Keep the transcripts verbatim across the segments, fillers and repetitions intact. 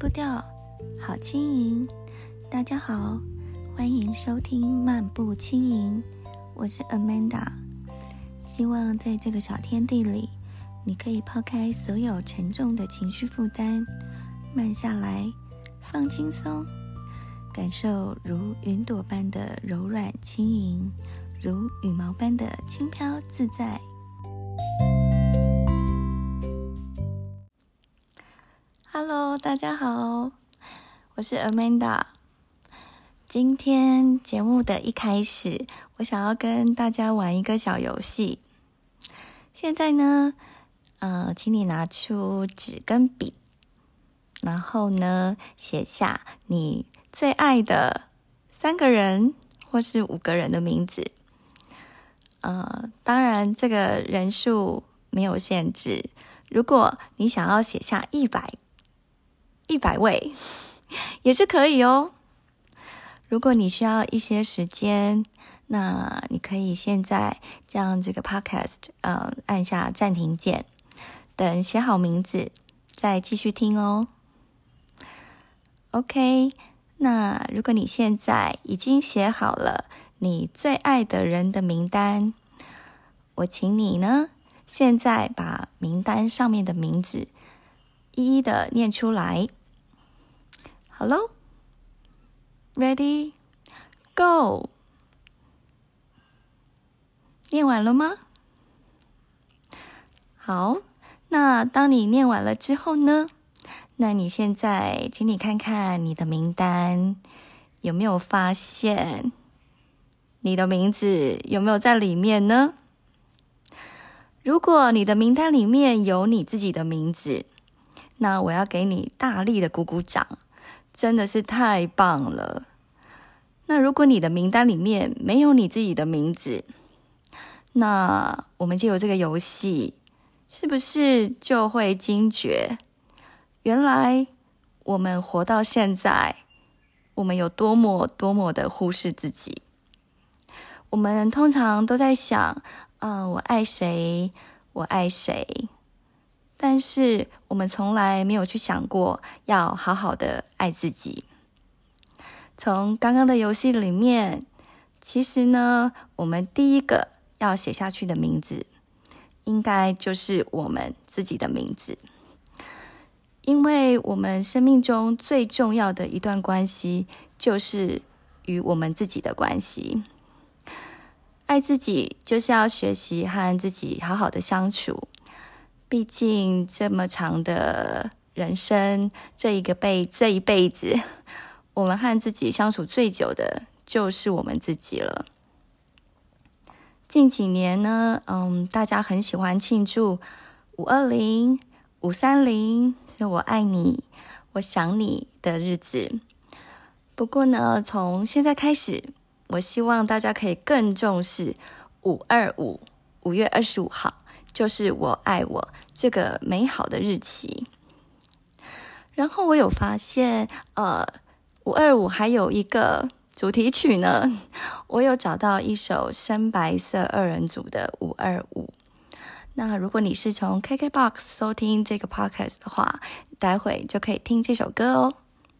步调，好轻盈。大家好，欢迎收听漫步轻盈，我是 Amanda。希望在这个小天地里，你可以抛开所有沉重的情绪负担，慢下来，放轻松，感受如云朵般的柔软轻盈，如羽毛般的轻飘自在。Hello， 大家好，我是 Amanda。今天节目的一开始，我想要跟大家玩一个小游戏。现在呢，呃，请你拿出纸跟笔，然后呢，写下你最爱的三个人或是五个人的名字。呃，当然这个人数没有限制，如果你想要写下一百一百位也是可以哦。如果你需要一些时间，那你可以现在将这个 podcast 呃按下暂停键，等写好名字再继续听哦。OK， 那如果你现在已经写好了你最爱的人的名单，我请你呢现在把名单上面的名字一一的念出来。好咯 Ready Go， 念完了吗？好，那当你念完了之后呢，那你现在请你看看你的名单，有没有发现你的名字有没有在里面呢？如果你的名单里面有你自己的名字，那我要给你大力的鼓鼓掌，真的是太棒了。那如果你的名单里面没有你自己的名字，那我们就有这个游戏，是不是就会惊觉，原来我们活到现在，我们有多么多么的忽视自己。我们通常都在想，嗯，我爱谁，我爱谁，但是我们从来没有去想过要好好的爱自己。从刚刚的游戏里面，其实呢，我们第一个要写下去的名字，应该就是我们自己的名字。因为我们生命中最重要的一段关系，就是与我们自己的关系。爱自己就是要学习和自己好好的相处。毕竟这么长的人生，这一个辈这一辈子，我们和自己相处最久的就是我们自己了。近几年呢，嗯，大家很喜欢庆祝五二零、五三零，是我爱你、我想你的日子。不过呢，从现在开始，我希望大家可以更重视五二五，五月二十五号，就是我爱我这个美好的日期。然后我有发现，呃，五二五还有一个主题曲呢，我有找到一首深白色二人组的五二五。那如果你是从 K K B O X 收听这个 podcast 的话，待会就可以听这首歌哦。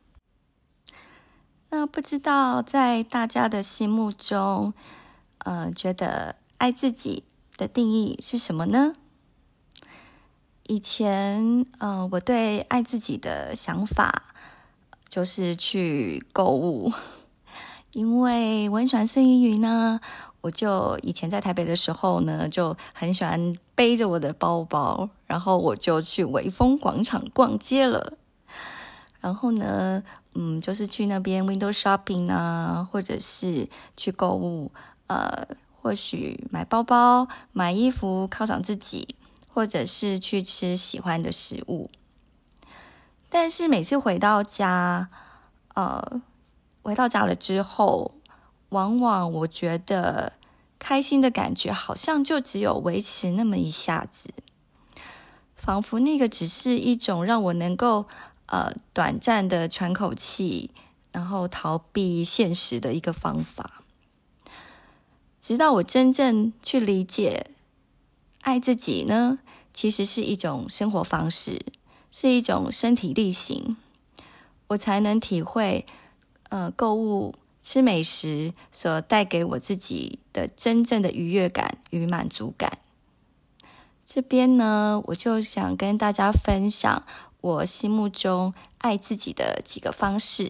那不知道在大家的心目中，呃，觉得爱自己的定义是什么呢？以前，呃，我对爱自己的想法就是去购物，因为我很喜欢孙芸芸呢，我就以前在台北的时候呢，就很喜欢背着我的包包，然后我就去微风广场逛街了。然后呢，嗯，就是去那边 window shopping 啊，或者是去购物，呃，或许买包包、买衣服犒赏自己，或者是去吃喜欢的食物。但是每次回到家，呃，回到家了之后，往往我觉得开心的感觉好像就只有维持那么一下子，仿佛那个只是一种让我能够呃短暂的喘口气，然后逃避现实的一个方法。直到我真正去理解，爱自己呢，其实是一种生活方式，是一种身体力行。 我才能体会呃购物吃美食所带给我自己的真正的愉悦感与满足感。这边呢，我就想跟大家分享我心目中爱自己的几个方式。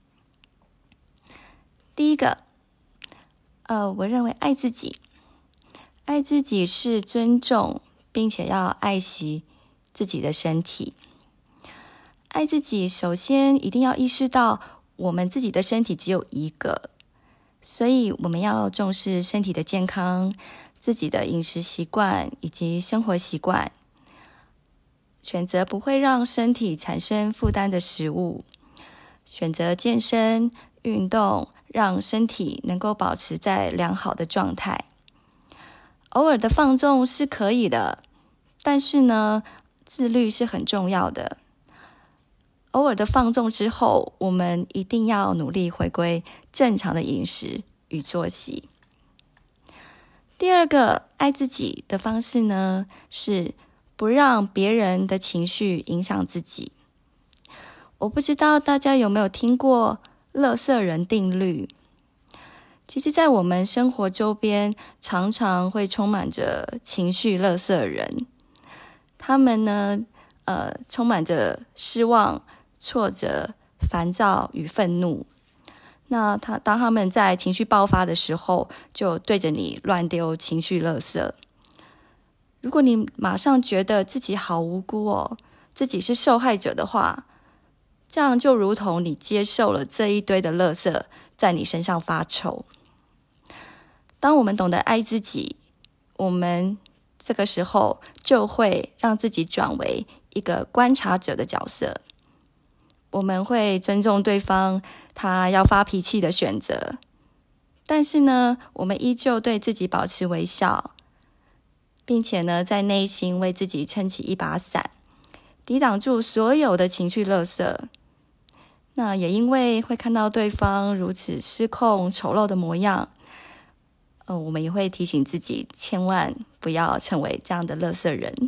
第一个，呃，我认为爱自己，爱自己是尊重并且要爱惜自己的身体。爱自己，首先一定要意识到我们自己的身体只有一个，所以我们要重视身体的健康，自己的饮食习惯以及生活习惯，选择不会让身体产生负担的食物，选择健身运动，让身体能够保持在良好的状态。偶尔的放纵是可以的，但是呢，自律是很重要的。偶尔的放纵之后，我们一定要努力回归正常的饮食与作息。第二个爱自己的方式呢，是不让别人的情绪影响自己。我不知道大家有没有听过垃圾人定律？其实在我们生活周边，常常会充满着情绪垃圾人。他们呢，呃，充满着失望、挫折、烦躁与愤怒。那他当他们在情绪爆发的时候，就对着你乱丢情绪垃圾。如果你马上觉得自己好无辜哦，自己是受害者的话，这样就如同你接受了这一堆的垃圾在你身上发臭。当我们懂得爱自己，我们这个时候就会让自己转为一个观察者的角色。我们会尊重对方他要发脾气的选择，但是呢，我们依旧对自己保持微笑，并且呢，在内心为自己撑起一把伞，抵挡住所有的情绪垃圾。那也因为会看到对方如此失控丑陋的模样，呃，我们也会提醒自己，千万不要成为这样的垃圾人。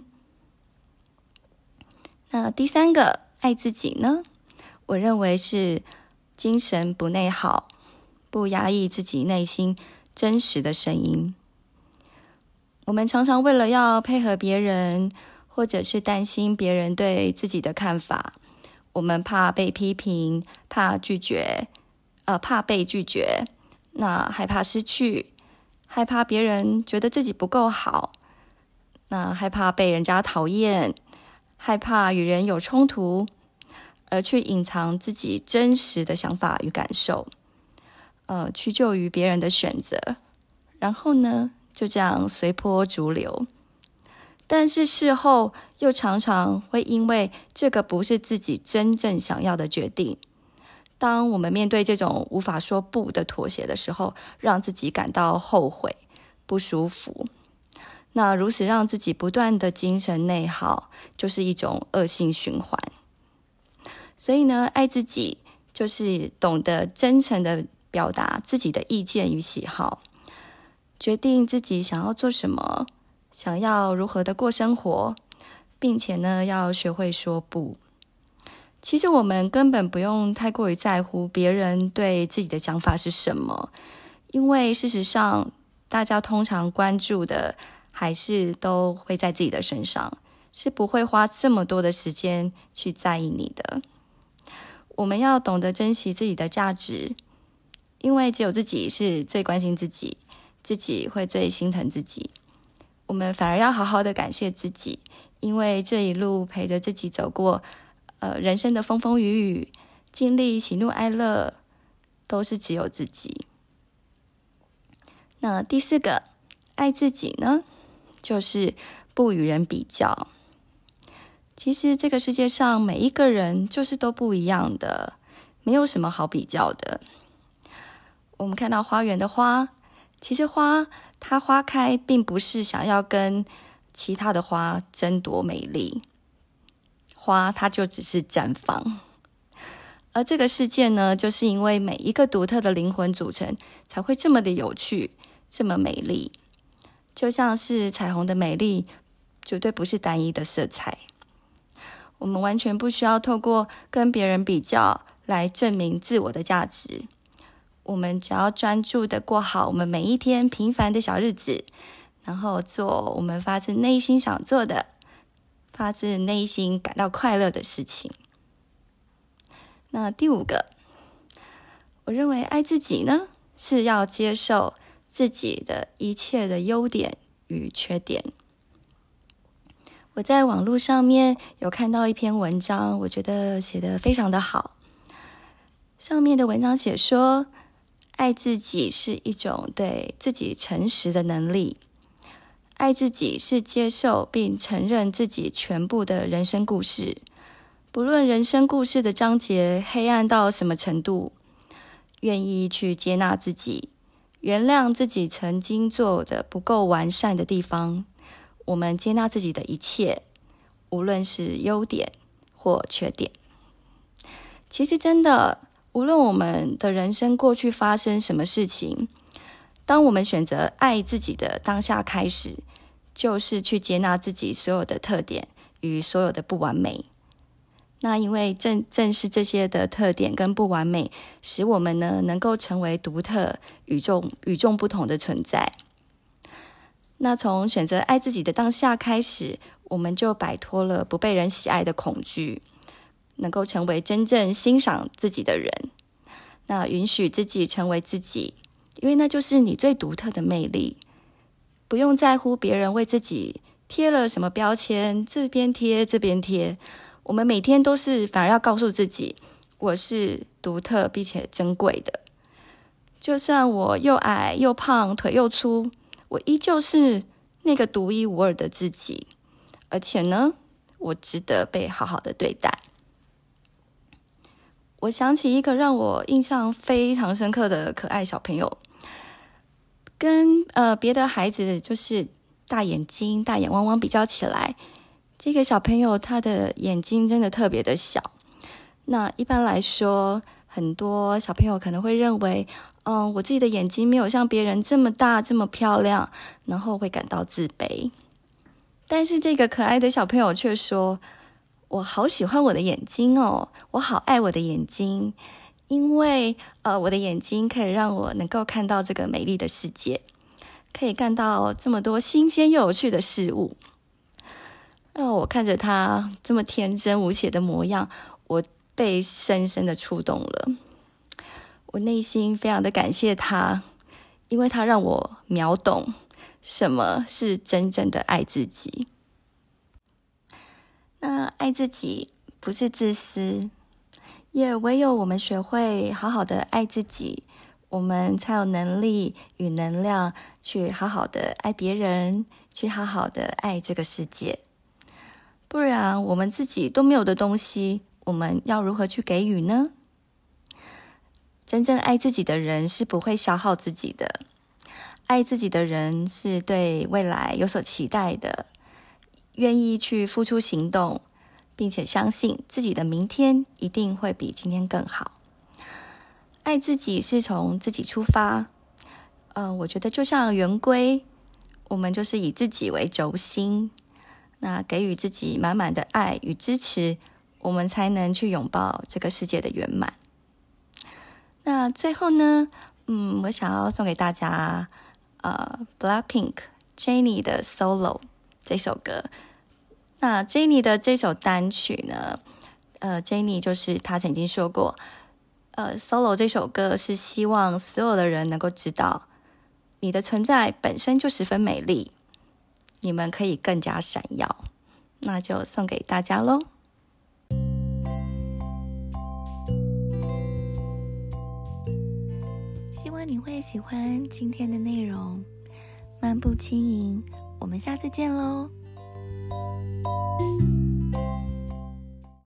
那第三个爱自己呢，我认为是精神不内耗，不压抑自己内心真实的声音。我们常常为了要配合别人，或者是担心别人对自己的看法，我们怕被批评，怕拒绝，呃，怕被拒绝，那害怕失去，害怕别人觉得自己不够好，那害怕被人家讨厌，害怕与人有冲突，而去隐藏自己真实的想法与感受，呃，屈就于别人的选择，然后呢，就这样随波逐流。但是事后又常常会因为这个不是自己真正想要的决定，当我们面对这种无法说不的妥协的时候，让自己感到后悔、不舒服。那如此让自己不断的精神内耗，就是一种恶性循环。所以呢，爱自己就是懂得真诚的表达自己的意见与喜好，决定自己想要做什么，想要如何的过生活，并且呢，要学会说不。其实我们根本不用太过于在乎别人对自己的想法是什么，因为事实上，大家通常关注的还是都会在自己的身上，是不会花这么多的时间去在意你的。我们要懂得珍惜自己的价值，因为只有自己是最关心自己，自己会最心疼自己。我们反而要好好的感谢自己，因为这一路陪着自己走过呃人生的风风雨雨，经历喜怒哀乐，都是只有自己。那第四个爱自己呢，就是不与人比较。其实这个世界上每一个人就是都不一样的，没有什么好比较的。我们看到花园的花，其实花它花开并不是想要跟其他的花争夺美丽，花它就只是绽放。而这个世界呢，就是因为每一个独特的灵魂组成，才会这么的有趣，这么美丽。就像是彩虹的美丽，绝对不是单一的色彩。我们完全不需要透过跟别人比较来证明自我的价值。我们只要专注的过好我们每一天平凡的小日子，然后做我们发自内心想做的，发自内心感到快乐的事情。那第五个，我认为爱自己呢，是要接受自己的一切的优点与缺点。我在网络上面有看到一篇文章，我觉得写得非常的好。上面的文章写说，爱自己是一种对自己诚实的能力。爱自己是接受并承认自己全部的人生故事，不论人生故事的章节黑暗到什么程度，愿意去接纳自己，原谅自己曾经做的不够完善的地方。我们接纳自己的一切，无论是优点或缺点。其实真的，无论我们的人生过去发生什么事情，当我们选择爱自己的当下开始，就是去接纳自己所有的特点与所有的不完美。那因为正正是这些的特点跟不完美，使我们呢能够成为独特、与众与众不同的存在。那从选择爱自己的当下开始，我们就摆脱了不被人喜爱的恐惧，能够成为真正欣赏自己的人。那允许自己成为自己，因为那就是你最独特的魅力。不用在乎别人为自己贴了什么标签，这边贴这边贴。我们每天都是反而要告诉自己，我是独特并且珍贵的。就算我又矮又胖，腿又粗，我依旧是那个独一无二的自己。而且呢，我值得被好好的对待。我想起一个让我印象非常深刻的可爱小朋友，跟呃别的孩子就是大眼睛、大眼汪汪比较起来，这个小朋友他的眼睛真的特别的小。那一般来说，很多小朋友可能会认为，嗯，我自己的眼睛没有像别人这么大、这么漂亮，然后会感到自卑。但是这个可爱的小朋友却说，我好喜欢我的眼睛哦，我好爱我的眼睛，因为呃，我的眼睛可以让我能够看到这个美丽的世界，可以看到这么多新鲜又有趣的事物。让我看着他这么天真无邪的模样，我被深深的触动了。我内心非常的感谢他，因为他让我秒懂什么是真正的爱自己。那爱自己不是自私，也唯有我们学会好好的爱自己，我们才有能力与能量去好好的爱别人，去好好的爱这个世界。不然我们自己都没有的东西，我们要如何去给予呢？真正爱自己的人是不会消耗自己的，爱自己的人是对未来有所期待的，愿意去付出行动，并且相信自己的明天一定会比今天更好。爱自己是从自己出发，呃，我觉得就像圆规，我们就是以自己为轴心，那给予自己满满的爱与支持，我们才能去拥抱这个世界的圆满。那最后呢，嗯，我想要送给大家，呃 ，Blackpink Jennie 的 Solo 这首歌。那 Jennie 的这首单曲呢，呃 ，Jennie 就是她曾经说过，呃 ，Solo 这首歌是希望所有的人能够知道，你的存在本身就十分美丽，你们可以更加闪耀。那就送给大家咯。希望你会喜欢今天的内容，漫步轻盈，我们下次见咯。